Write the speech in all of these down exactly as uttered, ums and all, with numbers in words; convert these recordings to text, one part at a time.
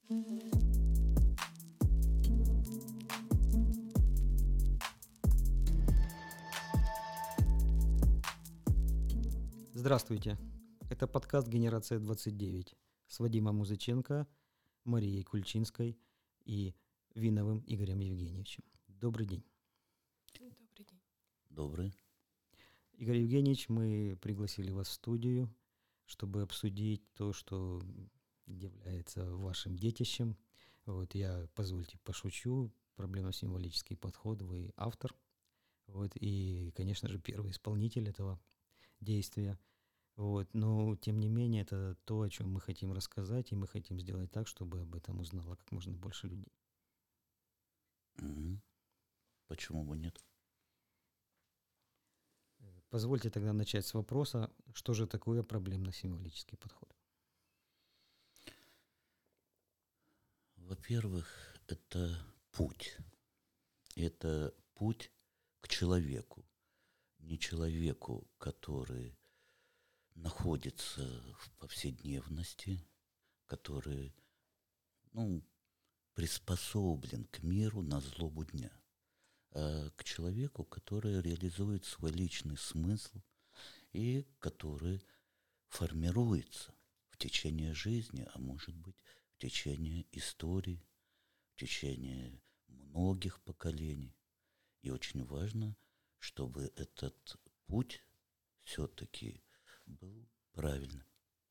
Здравствуйте! Это подкаст «Генерация двадцать девять» с Вадимом Музыченко, Марией Кульчинской и Виновым Игорем Евгеньевичем. Добрый день. Добрый день. Добрый. Игорь Евгеньевич, мы пригласили вас в студию, чтобы обсудить то, что является вашим детищем. Вот я, позвольте, пошучу. Проблемно-символический подход. Вы автор. Вот, и, конечно же, первый исполнитель этого действия. Вот, но, тем не менее, это то, о чем мы хотим рассказать, и мы хотим сделать так, чтобы об этом узнало как можно больше людей. Угу. Почему бы нет? Позвольте тогда начать с вопроса, что же такое проблемно-символический подход? Во-первых, это путь. Это путь к человеку. Не человеку, который находится в повседневности, который, ну, приспособлен к миру на злобу дня, а к человеку, который реализует свой личный смысл и который формируется в течение жизни, а может быть, в течение истории, в течение многих поколений. И очень важно, чтобы этот путь все-таки был правильным.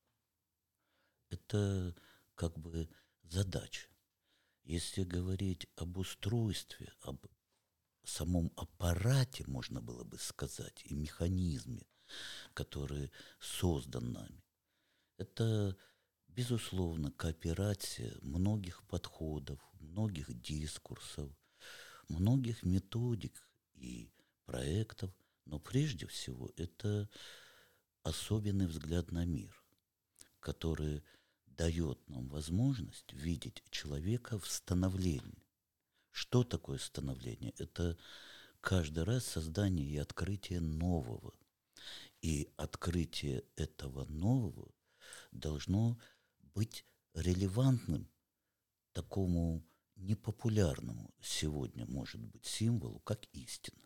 Это как бы задача. Если говорить об устройстве, об самом аппарате, можно было бы сказать, и механизме, который создан нами, это, безусловно, кооперация многих подходов, многих дискурсов, многих методик и проектов, но прежде всего это особенный взгляд на мир, который дает нам возможность видеть человека в становлении. Что такое становление? Это каждый раз создание и открытие нового. И открытие этого нового должно быть релевантным такому непопулярному сегодня, может быть, символу, как истина.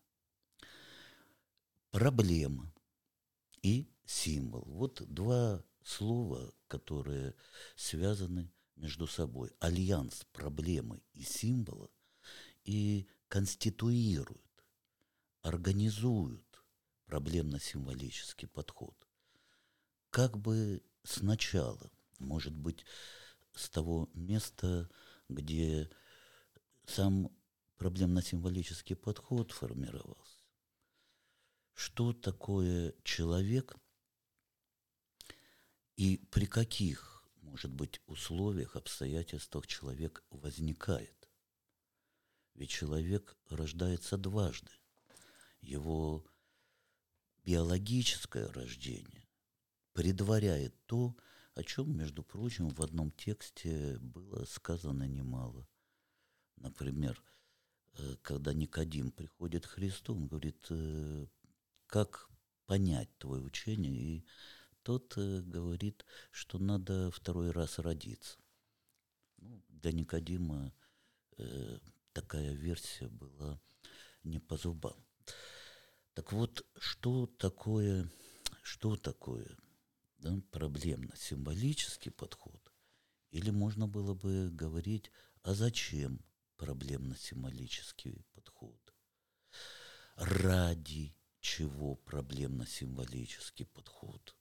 Проблема и символ. Вот два слова, которые связаны между собой. Альянс проблемы и символа и конституируют, организуют проблемно-символический подход. Как бы сначала, может быть, с того места, где сам проблемно-символический подход формировался. Что такое человек и при каких, может быть, условиях, обстоятельствах человек возникает? Ведь человек рождается дважды. Его биологическое рождение предваряет то, о чем, между прочим, в одном тексте было сказано немало. Например, когда Никодим приходит к Христу, он говорит: как понять твое учение? И тот говорит, что надо второй раз родиться. Ну, для Никодима э, такая версия была не по зубам. Так вот, что такое, что такое, да, проблемно-символический подход? Или можно было бы говорить, а зачем проблемно-символический подход? Ради чего проблемно-символический подход?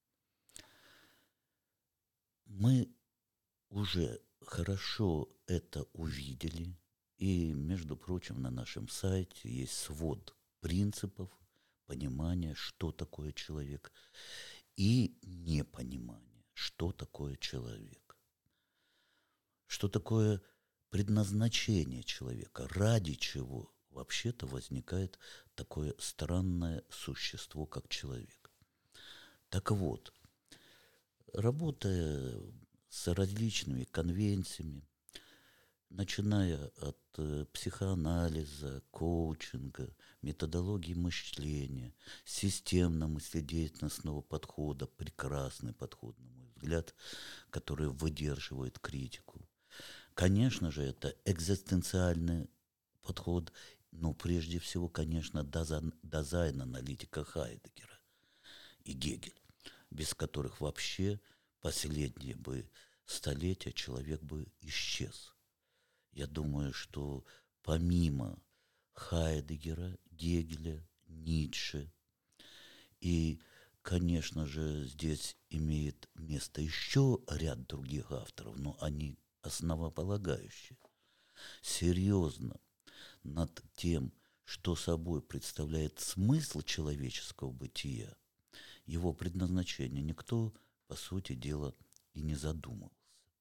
Мы уже хорошо это увидели, и, между прочим, на нашем сайте есть свод принципов понимания, что такое человек, и непонимания, что такое человек. Что такое предназначение человека, ради чего вообще-то возникает такое странное существо, как человек. Так вот, работая с различными конвенциями, начиная от э, психоанализа, коучинга, методологии мышления, системно-мыследеятельностного подхода, прекрасный подход, на мой взгляд, который выдерживает критику, Конечно же, это экзистенциальный подход, но прежде всего, конечно, дазайн, дизайн-аналитика Хайдеггера и Гегель, без которых вообще последние бы столетия человек бы исчез. Я думаю, что помимо Хайдеггера, Гегеля, Ницше и, конечно же, здесь имеет место еще ряд других авторов, но они основополагающие. Серьезно над тем, что собой представляет смысл человеческого бытия, его предназначение, никто, по сути дела, и не задумывался.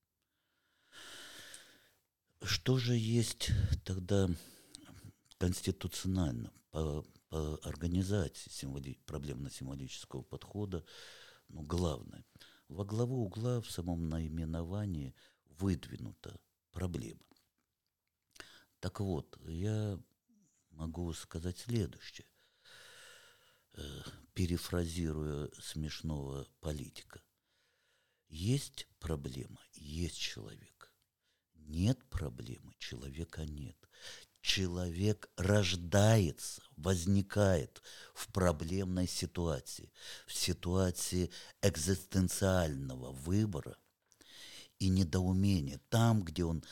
Что же есть тогда конституционально по, по организации символи, проблемно-символического подхода? Ну, главное, во главу угла в самом наименовании выдвинута проблема. Так вот, я могу сказать следующее, э, перефразируя смешного политика. Есть проблема, есть человек. Нет проблемы, человека нет. Человек рождается, возникает в проблемной ситуации, в ситуации экзистенциального выбора и недоумения, там, где он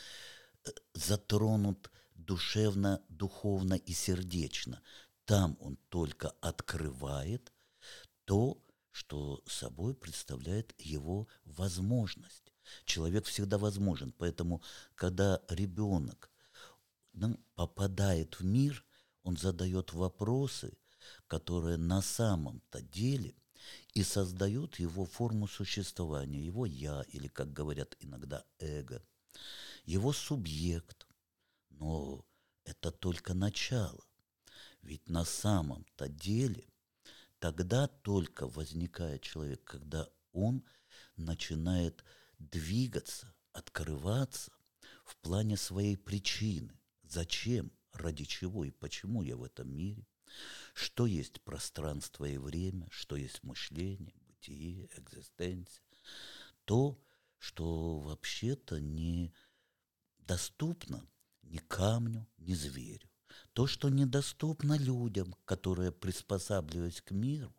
затронут душевно, духовно и сердечно. Там он только открывает то, что собой представляет его возможность. Человек всегда возможен, поэтому, когда ребенок, ну, попадает в мир, он задает вопросы, которые на самом-то деле и создают его форму существования, его «я», или, как говорят иногда, эго, его субъект. Но это только начало. Ведь на самом-то деле тогда только возникает человек, когда он начинает двигаться, открываться в плане своей причины. Зачем, ради чего и почему я в этом мире? Что есть пространство и время, что есть мышление, бытие, экзистенция. То, что вообще-то не доступно ни камню, ни зверю. То, что недоступно людям, которые, приспосабливаясь к миру,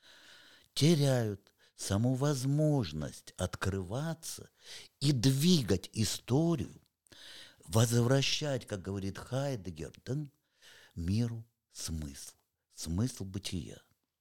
теряют саму возможность открываться и двигать историю, возвращать, как говорит Хайдеггер, да, миру смысл, смысл бытия.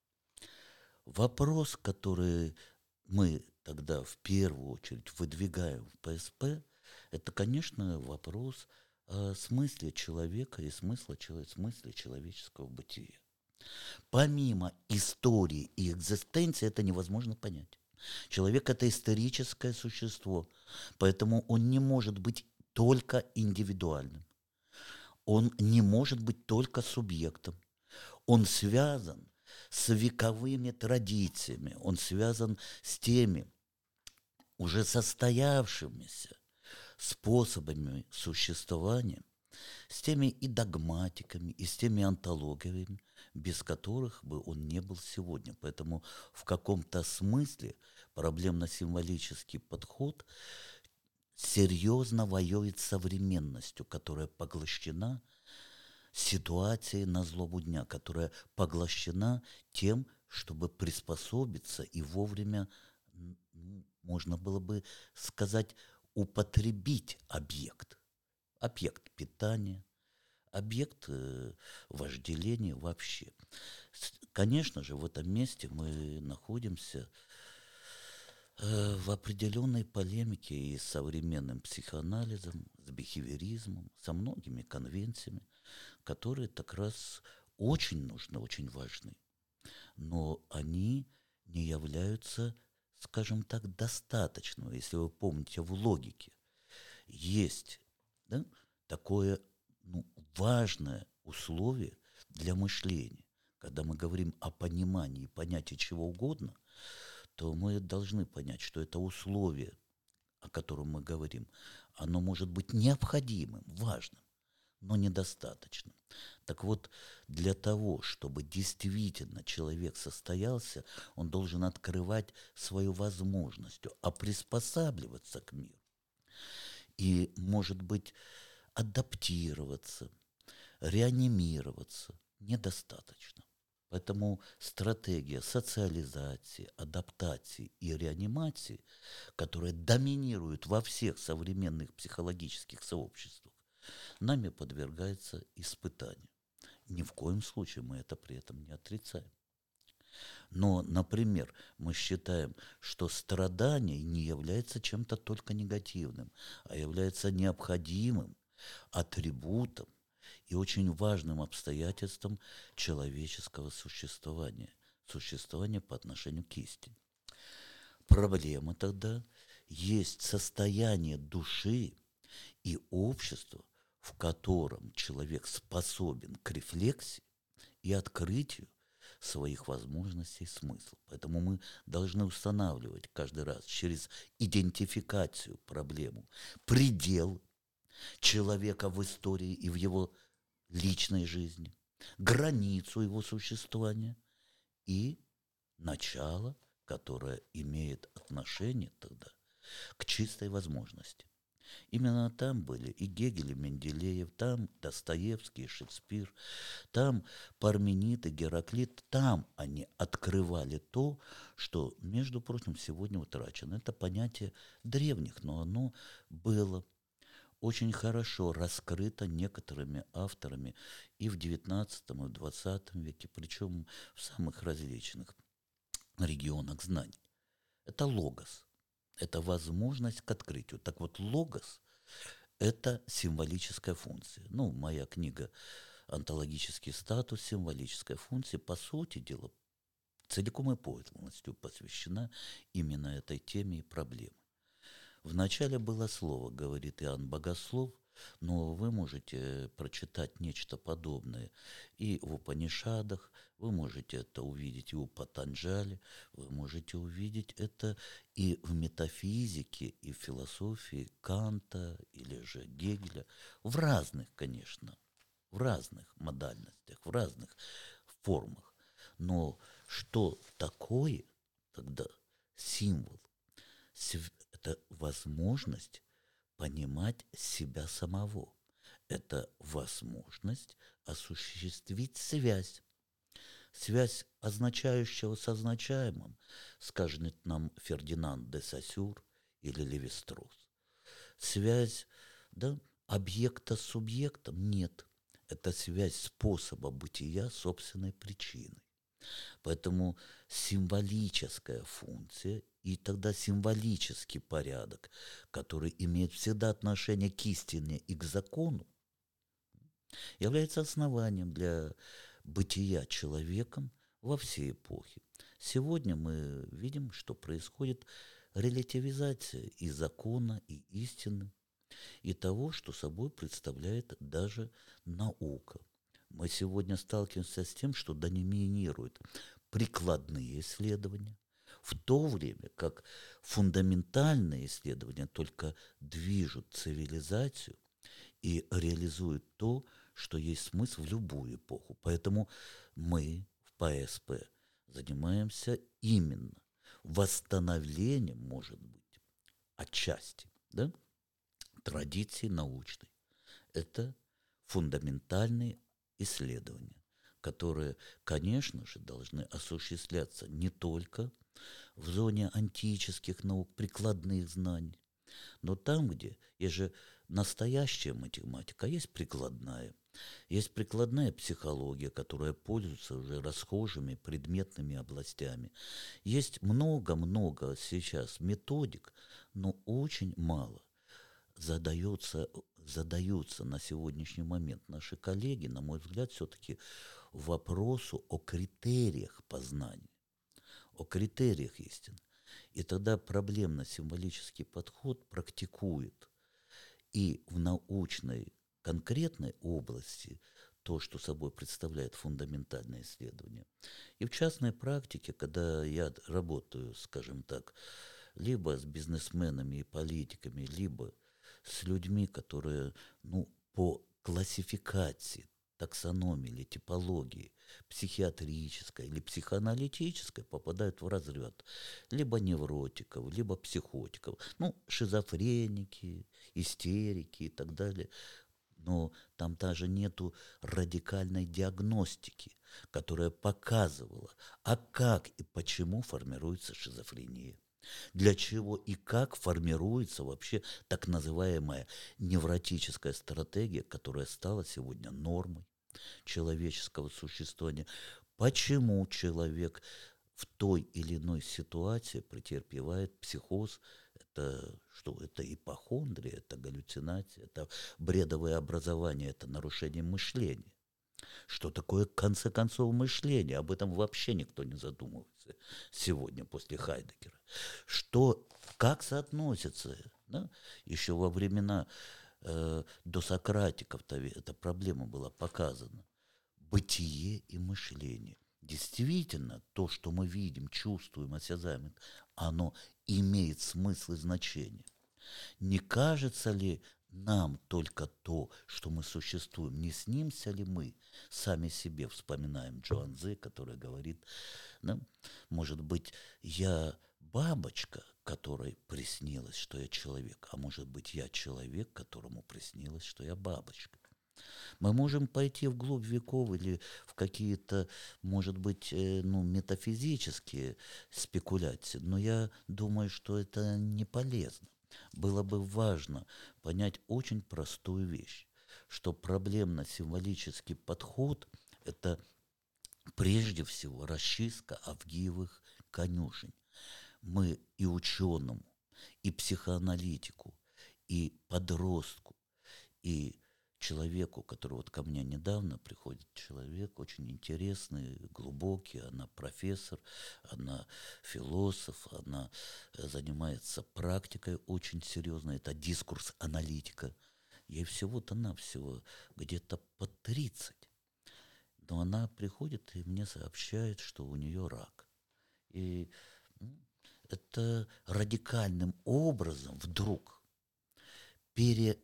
Вопрос, который мы тогда в первую очередь выдвигаем в Пэ Эс Пэ, это, конечно, вопрос о смысле человека и смысла, смысле человеческого бытия. Помимо истории и экзистенции это невозможно понять. Человек – это историческое существо, поэтому он не может быть только индивидуальным. Он не может быть только субъектом. Он связан с вековыми традициями, он связан с теми уже состоявшимися способами существования, с теми и догматиками, и с теми онтологиями, без которых бы он не был сегодня. Поэтому в каком-то смысле проблемно-символический подход серьезно воюет с современностью, которая поглощена ситуацией на злобу дня, которая поглощена тем, чтобы приспособиться и вовремя, можно было бы сказать, употребить объект. Объект питания, объект э, вожделения вообще. Конечно же, в этом месте мы находимся э, в определенной полемике и с современным психоанализом, с бихевиоризмом, со многими конвенциями, которые как раз очень нужны, очень важны. Но они не являются, скажем так, достаточным. Если вы помните, в логике есть, да, такое, ну, важное условие для мышления. Когда мы говорим о понимании, понятии чего угодно, то мы должны понять, что это условие, о котором мы говорим, оно может быть необходимым, важным, но недостаточным. Так вот, для того, чтобы действительно человек состоялся, он должен открывать свою возможность, а приспосабливаться к миру. И, может быть, адаптироваться, реанимироваться недостаточно. Поэтому стратегия социализации, адаптации и реанимации, которая доминирует во всех современных психологических сообществах, нами подвергается испытанию. Ни в коем случае мы это при этом не отрицаем. Но, например, мы считаем, что страдание не является чем-то только негативным, а является необходимым атрибутом и очень важным обстоятельством человеческого существования, существования по отношению к истине. Проблема тогда есть состояние души и общества, в котором человек способен к рефлексии и открытию своих возможностей и смыслов. Поэтому мы должны устанавливать каждый раз через идентификацию проблему предел человека в истории и в его личной жизни, границу его существования и начало, которое имеет отношение тогда к чистой возможности. Именно там были и Гегель, и Менделеев, там Достоевский, и Шекспир, там Парменид и Гераклит, там они открывали то, что, между прочим, сегодня утрачено. Это понятие древних, но оно было очень хорошо раскрыто некоторыми авторами и в девятнадцатом, и в двадцатом веке, причем в самых различных регионах знаний. Это логос, это возможность к открытию. Так вот, логос – это символическая функция. Ну, моя книга «Онтологический статус», символическая функция, по сути дела, целиком и полностью посвящена именно этой теме и проблеме. Вначале было слово, говорит Иоанн Богослов, но вы можете прочитать нечто подобное и в Упанишадах, вы можете это увидеть и у Патанджали, вы можете увидеть это и в метафизике, и в философии Канта или же Гегеля, в разных, конечно, в разных модальностях, в разных формах. Но что такое тогда символ? Это возможность понимать себя самого. Это возможность осуществить связь. Связь означающего с означаемым, скажет нам Фердинанд де Сосюр или Леви-Стросс. Связь, да, объекта с субъектом нет. Это связь способа бытия собственной причиной. Поэтому символическая функция и тогда символический порядок, который имеет всегда отношение к истине и к закону, является основанием для бытия человеком во все эпохи. Сегодня мы видим, что происходит релятивизация и закона, и истины, и того, что собой представляет даже наука. Мы сегодня сталкиваемся с тем, что доминируют прикладные исследования, в то время как фундаментальные исследования только движут цивилизацию и реализуют то, что есть смысл в любую эпоху. Поэтому мы в ПСП занимаемся именно восстановлением, может быть, отчасти, да, традиции научной. Это фундаментальные исследования, которые, конечно же, должны осуществляться не только в зоне антических наук, прикладных знаний, но там, где есть же настоящая математика, есть прикладная. Есть прикладная психология, которая пользуется уже расхожими предметными областями. Есть много-много сейчас методик, но очень мало задается, задаются на сегодняшний момент наши коллеги, на мой взгляд, все-таки вопросу о критериях познания, о критериях истины. И тогда проблемно-символический подход практикует и в научной конкретной области то, что собой представляет фундаментальное исследование. И в частной практике, когда я работаю, скажем так, либо с бизнесменами и политиками, либо с людьми, которые, ну, по классификации таксономии или типологии психиатрической или психоаналитической попадают в разряд либо невротиков, либо психотиков, ну, шизофреники, истерики и так далее. Но там даже нету радикальной диагностики, которая показывала, а как и почему формируется шизофрения. Для чего и как формируется вообще так называемая невротическая стратегия, которая стала сегодня нормой человеческого существования. Почему человек в той или иной ситуации претерпевает психоз? Это что? Это ипохондрия, это галлюцинация, это бредовое образование, это нарушение мышления. Что такое, в конце концов, мышление? Об этом вообще никто не задумывается сегодня после Хайдеггера. Что, как соотносится, да? Еще во времена э, досократиков-то эта проблема была показана. Бытие и мышление. Действительно, то, что мы видим, чувствуем, осязаем, оно имеет смысл и значение. Не кажется ли нам только то, что мы существуем? Не снимся ли мы сами себе? Вспоминаем Джуанзе, который говорит, да, может быть, я бабочка, которой приснилось, что я человек, а может быть, я человек, которому приснилось, что я бабочка. Мы можем пойти вглубь веков или в какие-то, может быть, ну, метафизические спекуляции, но я думаю, что это не полезно. Было бы важно понять очень простую вещь, что проблемно-символический подход – это прежде всего расчистка авгиевых конюшень. Мы и ученому, и психоаналитику, и подростку, и человеку, который вот ко мне недавно приходит, человек очень интересный, глубокий, она профессор, она философ, она занимается практикой очень серьезно, это дискурс аналитика. Ей всего-то навсего где-то по тридцать. Но она приходит и мне сообщает, что у нее рак. И это радикальным образом вдруг пере,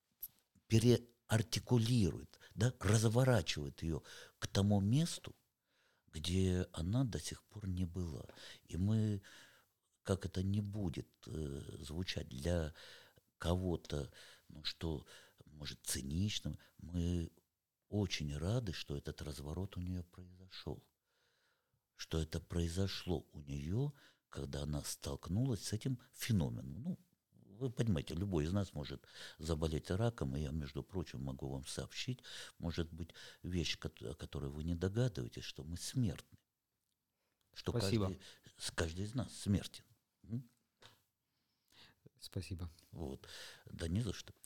переартикулирует, да, разворачивает ее к тому месту, где она до сих пор не была. И мы, как это не будет э, звучать для кого-то, ну, что, может, циничным, мы очень рады, что этот разворот у нее произошел. Что это произошло у нее, когда она столкнулась с этим феноменом. Ну, вы понимаете, любой из нас может заболеть раком, и я, между прочим, могу вам сообщить, может быть, вещь, о которой вы не догадываетесь, что мы смертны. Что Спасибо. каждый, каждый из нас смертен. М? Спасибо. Вот. Да не за что.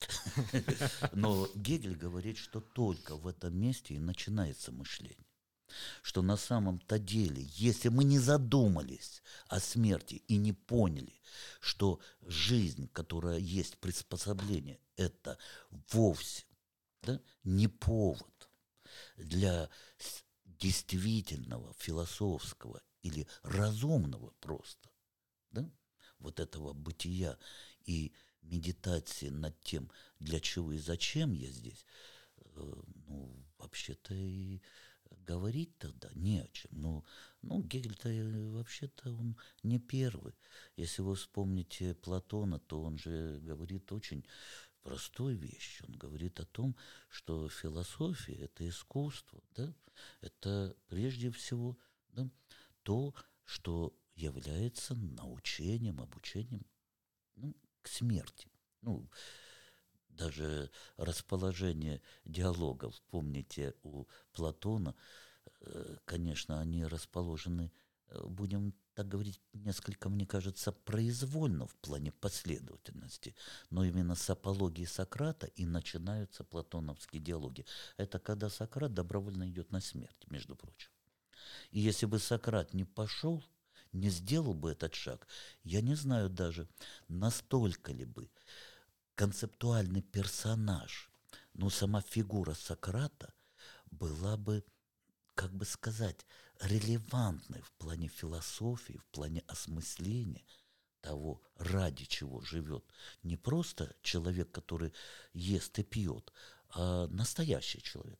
Но Гегель говорит, что только в этом месте и начинается мышление. Что на самом-то деле, если мы не задумались о смерти и не поняли, что жизнь, которая есть приспособление, это вовсе, да, не повод для действительного философского или разумного просто, да, вот этого бытия и медитации над тем, для чего и зачем я здесь, ну, вообще-то и говорить тогда не о чем. Ну, ну Гегель-то вообще-то он не первый. Если вы вспомните Платона, то он же говорит очень простую вещь. Он говорит о том, что философия – это искусство, да? Это прежде всего, да, то, что является научением, обучением, ну, к смерти. Ну, даже расположение диалогов, помните, у Платона, конечно, они расположены, будем так говорить, несколько, мне кажется, произвольно в плане последовательности, но именно с апологии Сократа и начинаются платоновские диалоги. Это когда Сократ добровольно идет на смерть, между прочим. И если бы Сократ не пошел, не сделал бы этот шаг, я не знаю даже, настолько ли бы концептуальный персонаж, ну, сама фигура Сократа была бы, как бы сказать, релевантной в плане философии, в плане осмысления того, ради чего живет не просто человек, который ест и пьет, а настоящий человек.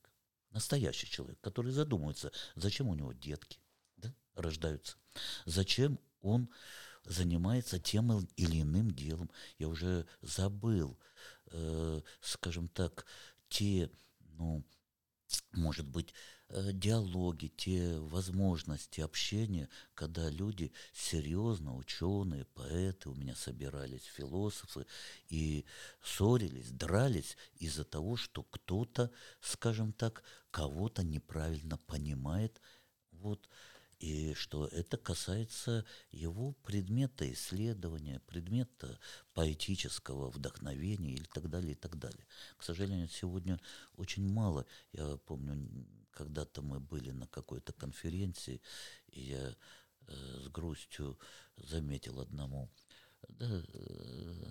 Настоящий человек, который задумывается, зачем у него детки, да, рождаются, зачем он занимается тем или иным делом. Я уже забыл, э, скажем так, те, ну, может быть, э, диалоги, те возможности общения, когда люди серьезно, ученые, поэты, у меня собирались философы, и ссорились, дрались из-за того, что кто-то, скажем так, кого-то неправильно понимает, вот, и что это касается его предмета исследования, предмета поэтического вдохновения и так далее, и так далее. К сожалению, сегодня очень мало. Я помню, н- когда-то мы были на какой-то конференции, и я э, с грустью заметил одному, да, э,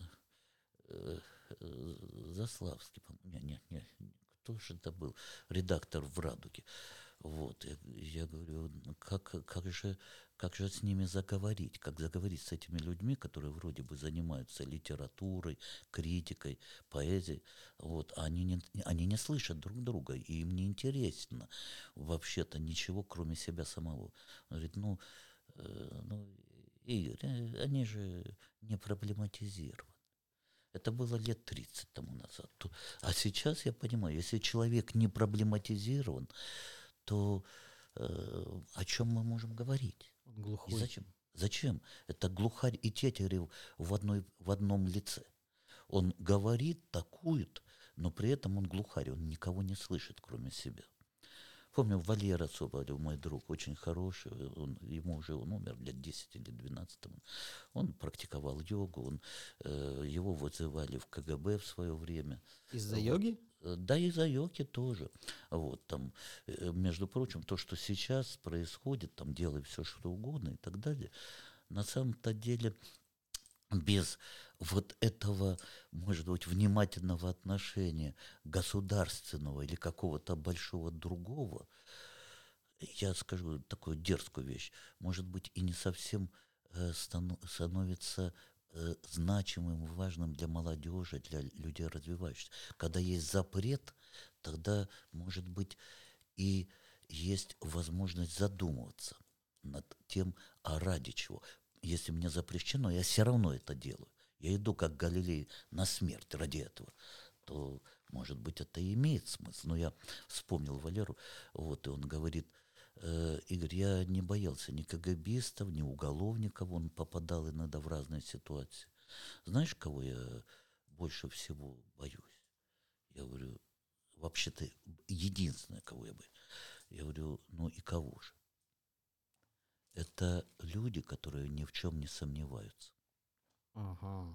э, э, Заславский, по-моему, не, не, не, кто же это был, редактор в «Радуге». Вот, я, я говорю, «Ну, как, как же, как же с ними заговорить, как заговорить с этими людьми, которые вроде бы занимаются литературой, критикой, поэзией, вот, а они не, они не слышат друг друга, и им не интересно вообще-то ничего, кроме себя самого. Он говорит, ну, э, ну, Игорь, э, они же не проблематизированы. Это было лет тридцать тому назад. Ту- А сейчас я понимаю, если человек не проблематизирован, то э, о чем мы можем говорить? Он И глухой. зачем? Зачем? Это глухарь и тетерев в, одной, в одном лице. Он говорит, такует, но при этом он глухарь, он никого не слышит, кроме себя. Помню, Валера Соболев, мой друг, очень хороший, он, ему уже он умер лет десять или двенадцать тому. Он практиковал йогу, он, э, его вызывали в ка гэ бэ в свое время. Из-за Вот. йоги? Э, Да и за йоги тоже. Вот, там, э, между прочим, то, что сейчас происходит, там, делай все, что угодно и так далее, на самом-то деле без вот этого, может быть, внимательного отношения государственного или какого-то большого другого, я скажу такую дерзкую вещь, может быть, и не совсем э, стану- становится э, значимым и важным для молодежи, для людей развивающихся. Когда есть запрет, тогда, может быть, и есть возможность задумываться над тем, а ради чего. Если мне запрещено, я все равно это делаю. Я иду, как Галилей, на смерть ради этого. То, может быть, это и имеет смысл. Но я вспомнил Валеру, вот, и он говорит, «Э, Игорь, я не боялся ни ка гэ бистов, ни уголовников, он попадал иногда в разные ситуации. Знаешь, кого я больше всего боюсь? Я говорю, вообще-то единственное, кого я боюсь. Я говорю, ну и кого же? Это люди, которые ни в чем не сомневаются. Ага.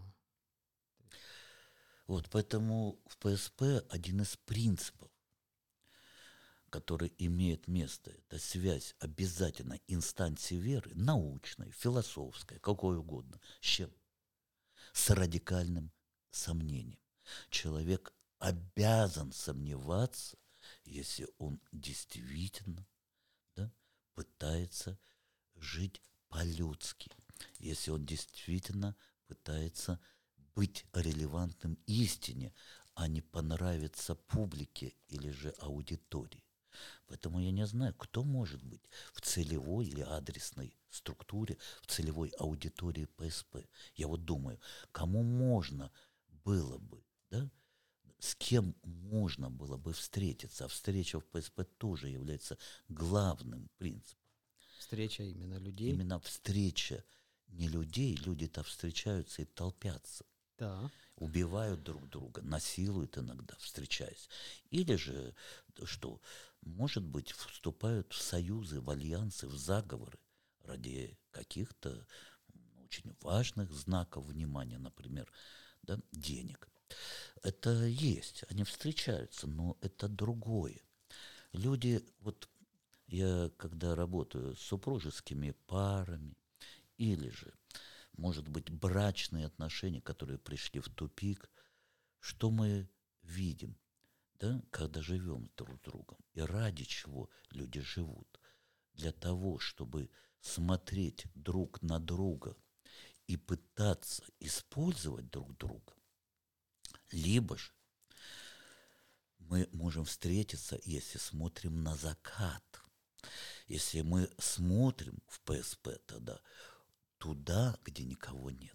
Вот поэтому в пэ эс пэ один из принципов, который имеет место, это связь обязательно инстанции веры, научной, философской, какой угодно, с чем? С радикальным сомнением. Человек обязан сомневаться, если он действительно, да, пытается жить по-людски, если он действительно пытается быть релевантным истине, а не понравиться публике или же аудитории. Поэтому я не знаю, кто может быть в целевой или адресной структуре, в целевой аудитории пэ эс пэ. Я вот думаю, кому можно было бы, да, с кем можно было бы встретиться. А встреча в пэ эс пэ тоже является главным принципом. Встреча именно людей. Именно встреча не людей, люди-то встречаются и толпятся, Да. убивают друг друга, насилуют иногда, встречаясь. Или же, что, может быть, вступают в союзы, в альянсы, в заговоры ради каких-то очень важных знаков внимания, например, да, денег. Это есть, они встречаются, но это другое. Люди, вот я когда работаю с супружескими парами, или же, может быть, брачные отношения, которые пришли в тупик, что мы видим, да, когда живем друг с другом, и ради чего люди живут. Для того, чтобы смотреть друг на друга и пытаться использовать друг друга, либо же Мы можем встретиться, если смотрим на закат. Если мы смотрим в ПСП, тогда туда, где никого нет.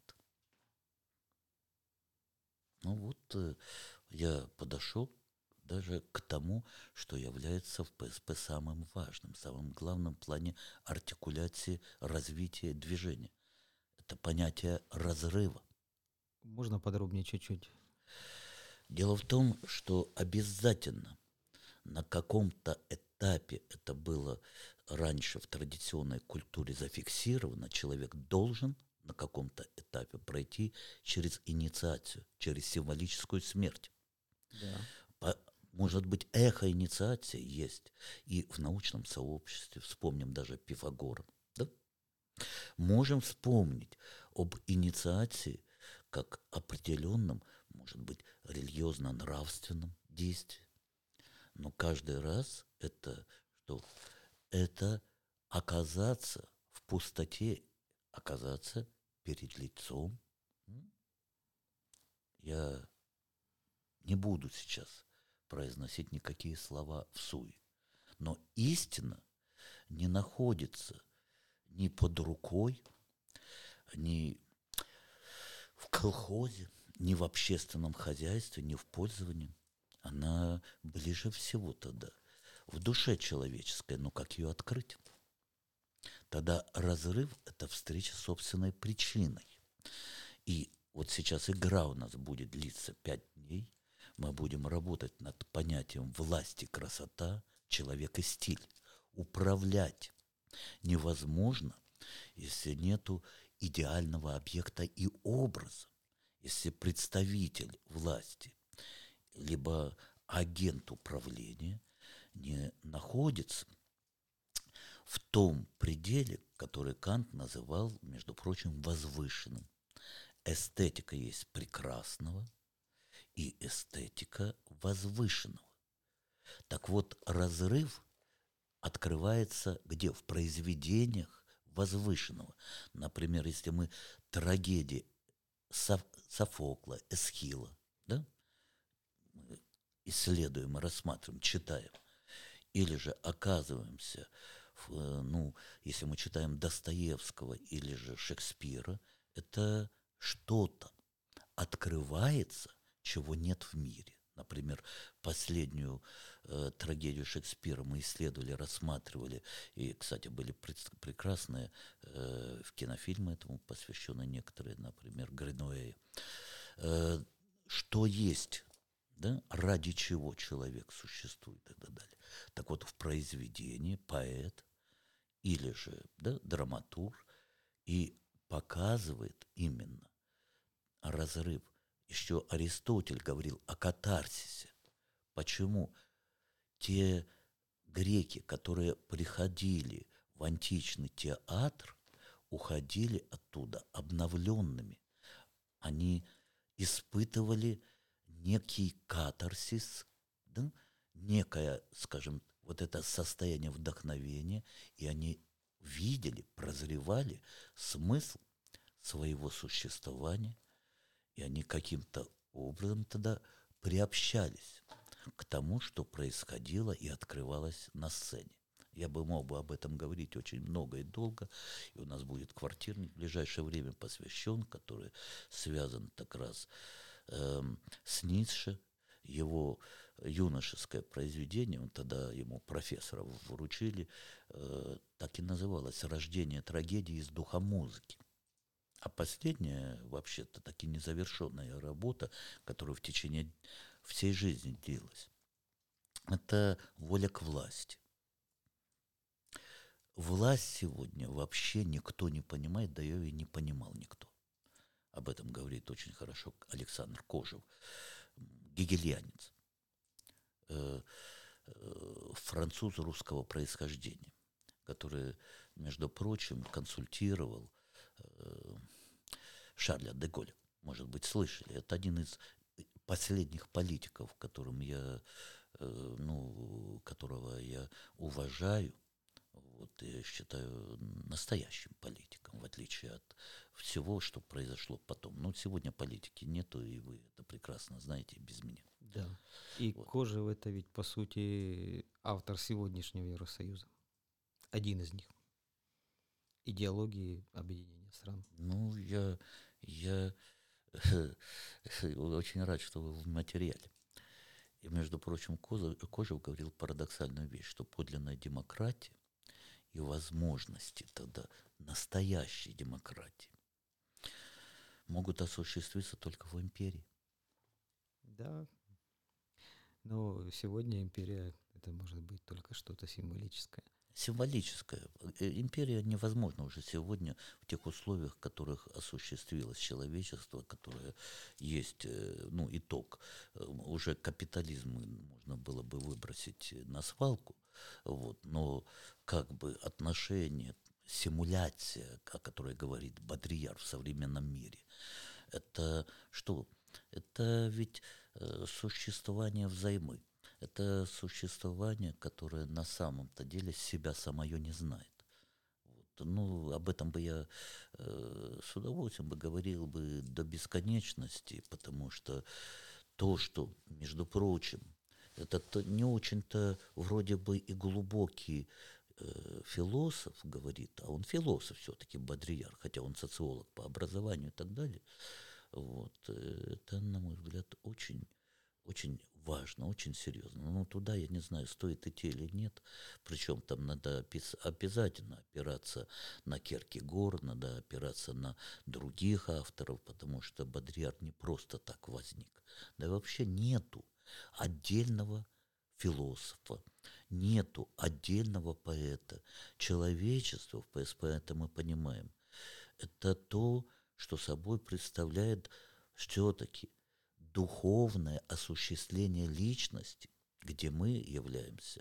Ну вот э, я подошел даже к тому, что является в ПСП самым важным, самым главным в плане артикуляции, развития движения. Это понятие разрыва. Можно подробнее чуть-чуть? Дело в том, что обязательно на каком-то этапе, это было раньше в традиционной культуре зафиксировано, человек должен на каком-то этапе пройти через инициацию, через символическую смерть. Да. По- Может быть, эхо инициации есть и в научном сообществе, вспомним даже Пифагора. Да? Можем вспомнить об инициации как определенном, может быть, религиозно-нравственном действии. Но каждый раз это что? Это оказаться в пустоте, оказаться перед лицом. М? Я не буду сейчас произносить никакие слова всуе. Но истина не находится ни под рукой, ни в колхозе, ни в общественном хозяйстве, ни в пользовании. Она ближе всего тогда в душе человеческой. Но как ее открыть? Тогда разрыв – это встреча с собственной причиной. И вот сейчас игра у нас будет длиться пять дней. Мы будем работать над понятием власти, красота, человек и стиль. Управлять невозможно, если нету идеального объекта и образа. Если представитель власти, либо агент управления не находится в том пределе, который Кант называл, между прочим, возвышенным. Эстетика есть прекрасного и эстетика возвышенного. Так вот, разрыв открывается где? В произведениях возвышенного. Например, если мы трагедии Соф- Софокла, Эсхила, да, мы исследуем и рассматриваем, читаем, или же оказываемся, в, э, ну, если мы читаем Достоевского или же Шекспира, это что-то открывается, чего нет в мире. Например, последнюю э, трагедию Шекспира мы исследовали, рассматривали, и, кстати, были пред- прекрасные э, в кинофильмы этому посвящены некоторые, например, Гринуэй. Э, что есть, да, ради чего человек существует и так далее. Так вот, в произведении поэт или же, да, драматург и показывает именно разрыв. Еще Аристотель говорил о катарсисе. Почему? Те греки, которые приходили в античный театр, уходили оттуда обновленными. Они испытывали некий катарсис, да? Некое, скажем, вот это состояние вдохновения, и они видели, прозревали смысл своего существования, и они каким-то образом тогда приобщались к тому, что происходило и открывалось на сцене. Я бы мог бы об этом говорить очень много и долго, и у нас будет квартирник в ближайшее время посвящен, который связан как раз эм, с Ницше, его юношеское произведение, он тогда ему профессора вручили, э, так и называлось «Рождение трагедии из духа музыки». А последняя, вообще-то, таки незавершенная работа, которая в течение всей жизни длилась, это «Воля к власти». Власть сегодня вообще никто не понимает, да ее и не понимал никто. Об этом говорит очень хорошо Александр Кожев, гегельянец, э, э, француз русского происхождения, который, между прочим, консультировал э, Шарля де Голля. Может быть, слышали. Это один из последних политиков, которым я, э, ну, которого я уважаю. Вот, я считаю настоящим политиком, в отличие от всего, что произошло потом. Но сегодня политики нету, и вы это прекрасно знаете без меня. Да. И Вот. Кожев — это ведь, по сути, автор сегодняшнего Евросоюза. Один из них. Идеологии объединения стран. Ну, я, я очень рад, что вы в материале. И, между прочим, Коза- Кожев говорил парадоксальную вещь, что подлинная демократия и возможности тогда настоящей демократии могут осуществиться только в империи. Да. Но сегодня империя — это может быть только что-то символическое. Символическая. Э, Империя невозможна уже сегодня в тех условиях, в которых осуществилось человечество, которое есть, э, ну, итог. Э, Уже капитализм можно было бы выбросить на свалку, вот, но как бы отношение, симуляция, о которой говорит Бодрияр в современном мире, это что? Это ведь э, существование взаймы. Это существование, которое на самом-то деле себя самое не знает. Вот. Ну, об этом бы я э, с удовольствием бы говорил бы до бесконечности, потому что то, что, между прочим, этот не очень-то вроде бы и глубокий э, философ говорит, а он философ все-таки, Бодрияр, хотя он социолог по образованию и так далее. Вот. э, Это, на мой взгляд, очень очень важно, очень серьезно. Ну, туда, я не знаю, стоит идти или нет. Причем там надо опис- обязательно опираться на Кierkegaard, надо опираться на других авторов, потому что Бодрияр не просто так возник. Да и вообще нету отдельного философа, нету отдельного поэта. Человечество в П С П, это мы понимаем, это то, что собой представляет все-таки духовное осуществление личности, где мы являемся,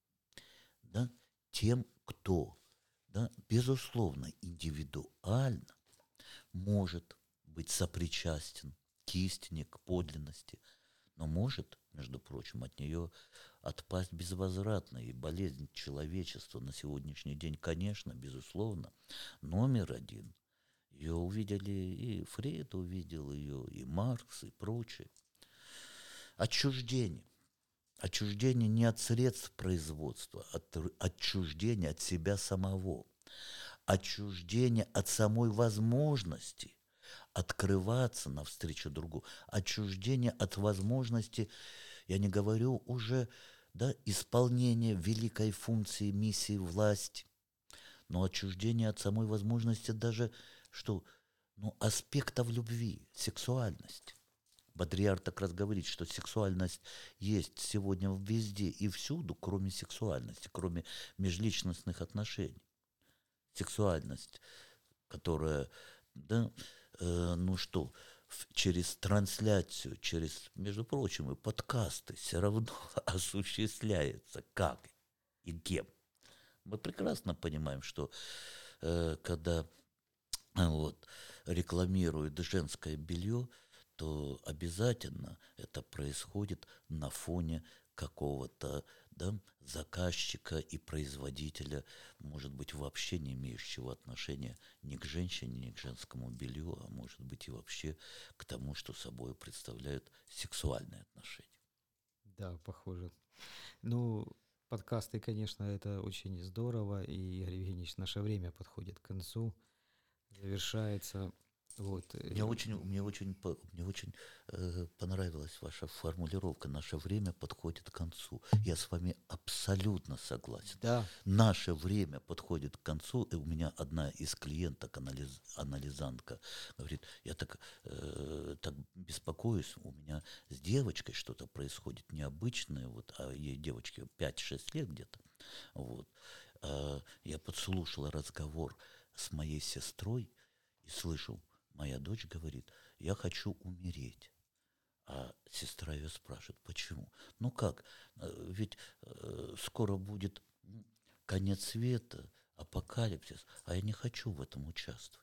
да, тем, кто, да, безусловно, индивидуально может быть сопричастен к истине, к подлинности, но может, между прочим, от нее отпасть безвозвратно. И болезнь человечества на сегодняшний день, конечно, безусловно, номер один. Ее увидели и Фрейд увидел ее, и Маркс, и прочие. Отчуждение. Отчуждение не от средств производства, от отчуждение от себя самого. Отчуждение от самой возможности открываться навстречу другу. Отчуждение от возможности, я не говорю уже, да, исполнения великой функции, миссии, власти, но отчуждение от самой возможности даже, что, ну, аспектов любви, сексуальность. Бодрияр так раз говорит, что сексуальность есть сегодня везде и всюду, кроме сексуальности, кроме межличностных отношений. Сексуальность, которая, да, э, ну что, в- через трансляцию, через, между прочим, и подкасты все равно осуществляется как и кем. Мы прекрасно понимаем, что э, когда а, вот, рекламируют женское белье, то обязательно это происходит на фоне какого-то, да, заказчика и производителя, может быть, вообще не имеющего отношения ни к женщине, ни к женскому белью, а может быть и вообще к тому, что собой представляют сексуальные отношения. Да, похоже. Ну, подкасты, конечно, это очень здорово. И, Игорь Евгеньевич, наше время подходит к концу, завершается. Вот. Мне э, очень, мне очень, по- мне очень э, понравилась ваша формулировка. Наше время подходит к концу. Я с вами абсолютно согласен. Да, Наше время подходит к концу. И у меня одна из клиенток, анализ, анализантка, говорит, я так, э, так беспокоюсь, у меня с девочкой что-то происходит необычное, вот, а ей девочке пять-шесть лет где-то. Вот. А я подслушала разговор с моей сестрой и слышу, моя дочь говорит, я хочу умереть. А сестра ее спрашивает, почему? Ну как, э, ведь э, скоро будет м, конец света, апокалипсис, а я не хочу в этом участвовать.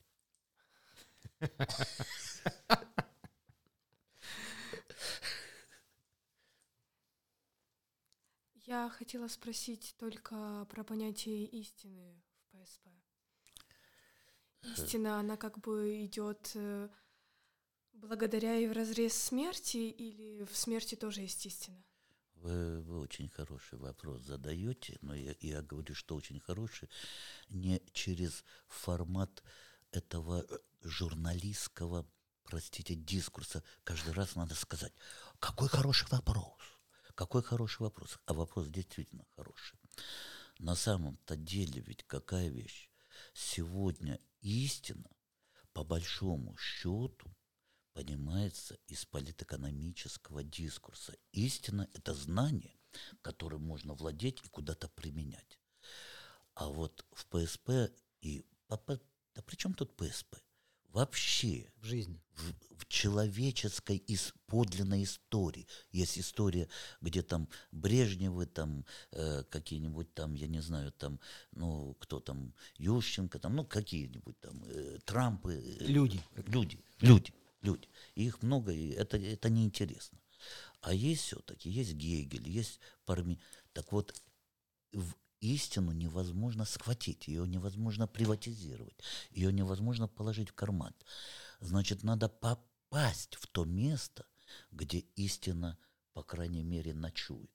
Я хотела спросить только про понятие истины в П С П. Истина, она как бы идет э, благодаря и вразрез смерти, или в смерти тоже есть истина? Вы, вы очень хороший вопрос задаете, но я, я говорю, что очень хороший, не через формат этого э, журналистского, простите, дискурса. Каждый раз надо сказать, какой хороший вопрос, какой хороший вопрос. А вопрос действительно хороший. На самом-то деле ведь какая вещь? Сегодня истина, по большому счету, понимается из политэкономического дискурса. Истина – это знание, которым можно владеть и куда-то применять. А вот в ПСП и... Да при чем тут ПСП? Вообще В жизни. в, в человеческой ис, подлинной истории. Есть история, где там Брежневы, там э, какие-нибудь там, я не знаю, там, ну, кто там, Ющенко, там, ну, какие-нибудь там, э, Трампы. Э, Люди. Люди, люди, люди. И их много, и это, это неинтересно. А есть все-таки, есть Гегель, есть Парми. Так вот, в истину невозможно схватить, ее невозможно приватизировать, ее невозможно положить в карман. Значит, надо попасть в то место, где истина, по крайней мере, ночует.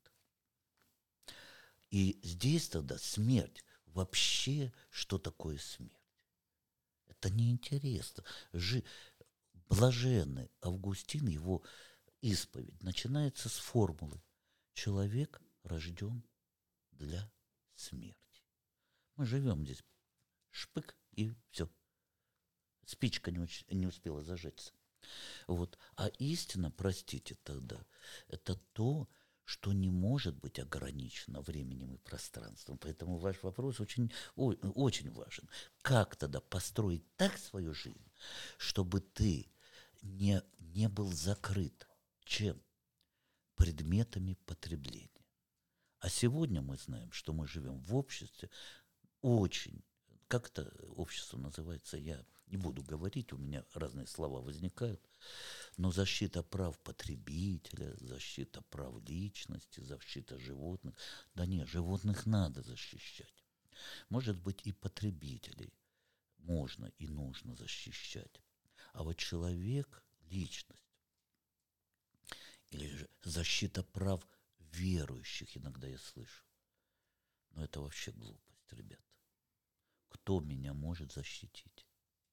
И здесь тогда смерть. Вообще, что такое смерть? Это неинтересно. Жи... Блаженный Августин, его исповедь, начинается с формулы «Человек рожден для смерти». Мы живем здесь, шпык, и все. Спичка не, уч... не успела зажечься. Вот. А истина, простите тогда, это то, что не может быть ограничено временем и пространством. Поэтому ваш вопрос очень, о, очень важен. Как тогда построить так свою жизнь, чтобы ты не, не был закрыт чем? Предметами потребления. А сегодня мы знаем, что мы живем в обществе очень, как это общество называется, я не буду говорить, у меня разные слова возникают, но защита прав потребителя, защита прав личности, защита животных. Да нет, животных надо защищать. Может быть, и потребителей можно и нужно защищать. А вот человек, личность, или же защита прав верующих, иногда я слышу. Но это вообще глупость, ребята. Кто меня может защитить?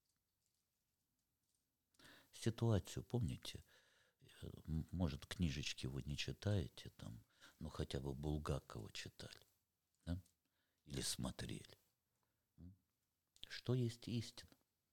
Ситуацию, помните, может, книжечки вы не читаете там, но хотя бы Булгакова читали, да? Или смотрели. Что есть истина?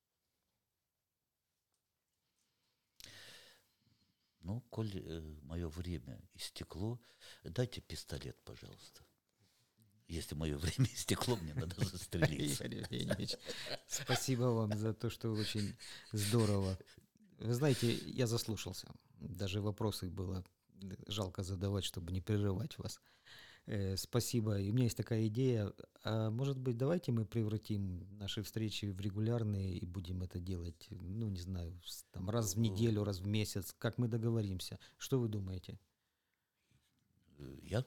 Ну, коль э, мое время истекло, дайте пистолет, пожалуйста. Если мое время истекло, мне надо застрелиться. Игорь Евгеньевич, спасибо вам за то, что очень здорово. Вы знаете, я заслушался. Даже вопросы было жалко задавать, чтобы не прерывать вас. Э, спасибо. И у меня есть такая идея. А может быть, давайте мы превратим наши встречи в регулярные и будем это делать, ну, не знаю, с- там, раз в неделю, раз в месяц. Как мы договоримся? Что вы думаете? Э, Я?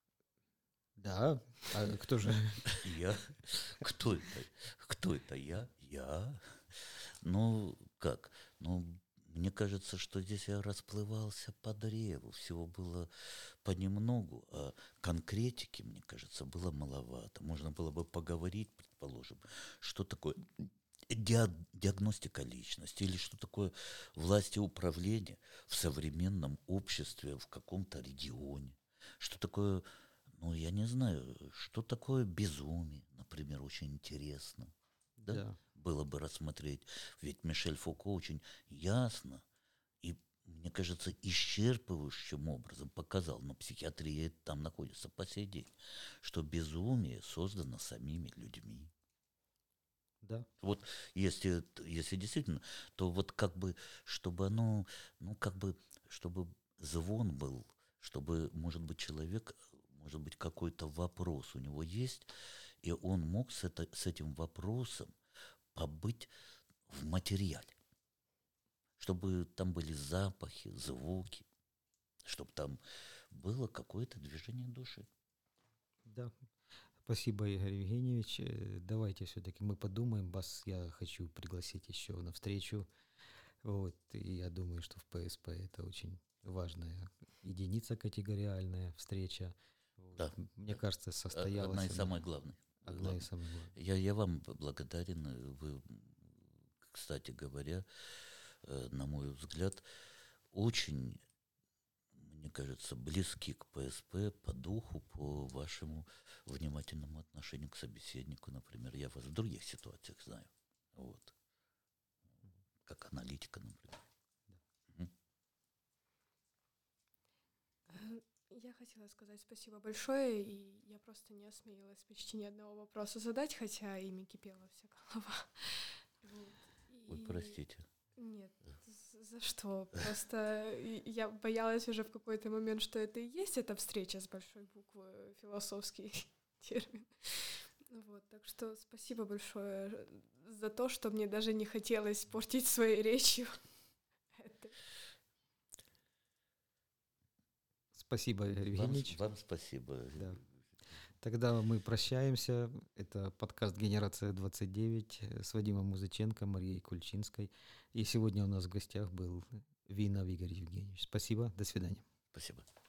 Да. А кто же? Я? Кто это? Кто это? Я? Я? Ну, как? Ну, мне кажется, что здесь я расплывался по древу. Всего было понемногу, а конкретики, мне кажется, было маловато. Можно было бы поговорить, предположим, что такое диа- диагностика личности или что такое власть и управление в современном обществе в каком-то регионе. Что такое, ну, я не знаю, что такое безумие, например, очень интересно. Да? Да. Было бы рассмотреть. Ведь Мишель Фуко очень ясно и, мне кажется, исчерпывающим образом показал, но психиатрия там находится по сей день, что безумие создано самими людьми. Да. Вот если, если действительно, то вот как бы, чтобы оно, ну как бы, чтобы звон был, чтобы, может быть, человек, может быть, какой-то вопрос у него есть, и он мог с, это, с этим вопросом побыть в материале, чтобы там были запахи, звуки, чтобы там было какое-то движение души. Да. Спасибо, Игорь Евгеньевич. Э, Давайте все-таки мы подумаем. Вас я хочу пригласить еще на встречу. Вот, и я думаю, что в ПСП это очень важная единица категориальная встреча. Вот. Да, Мне да. кажется, О- состоялась Одна из она, самых главных. одна главных. из самых главных. Я, я вам б- благодарен. э, Вы, кстати говоря, э, на мой взгляд, очень, мне кажется, близки к ПСП по духу, по вашему внимательному отношению к собеседнику, например. Я вас в других ситуациях знаю. Вот. Как аналитика, например. Мгм. Э, Я хотела сказать спасибо большое, и я просто не осмелилась почти ни одного вопроса задать, хотя ими кипела вся голова. Вот. Ой, И простите. нет, з- за что? Просто и- я боялась уже в какой-то момент, что это и есть эта встреча с большой буквы, философский термин. Вот, так что спасибо большое э, за то, что мне даже не хотелось портить своей речью это. Спасибо, Игорь Вам, Евгеньевич. вам спасибо. Да. Тогда мы прощаемся. Это подкаст «Генерация двадцать девять» с Вадимом Музыченко, Марией Кульчинской. И сегодня у нас в гостях был Винов Игорь Евгеньевич. Спасибо, до свидания. Спасибо.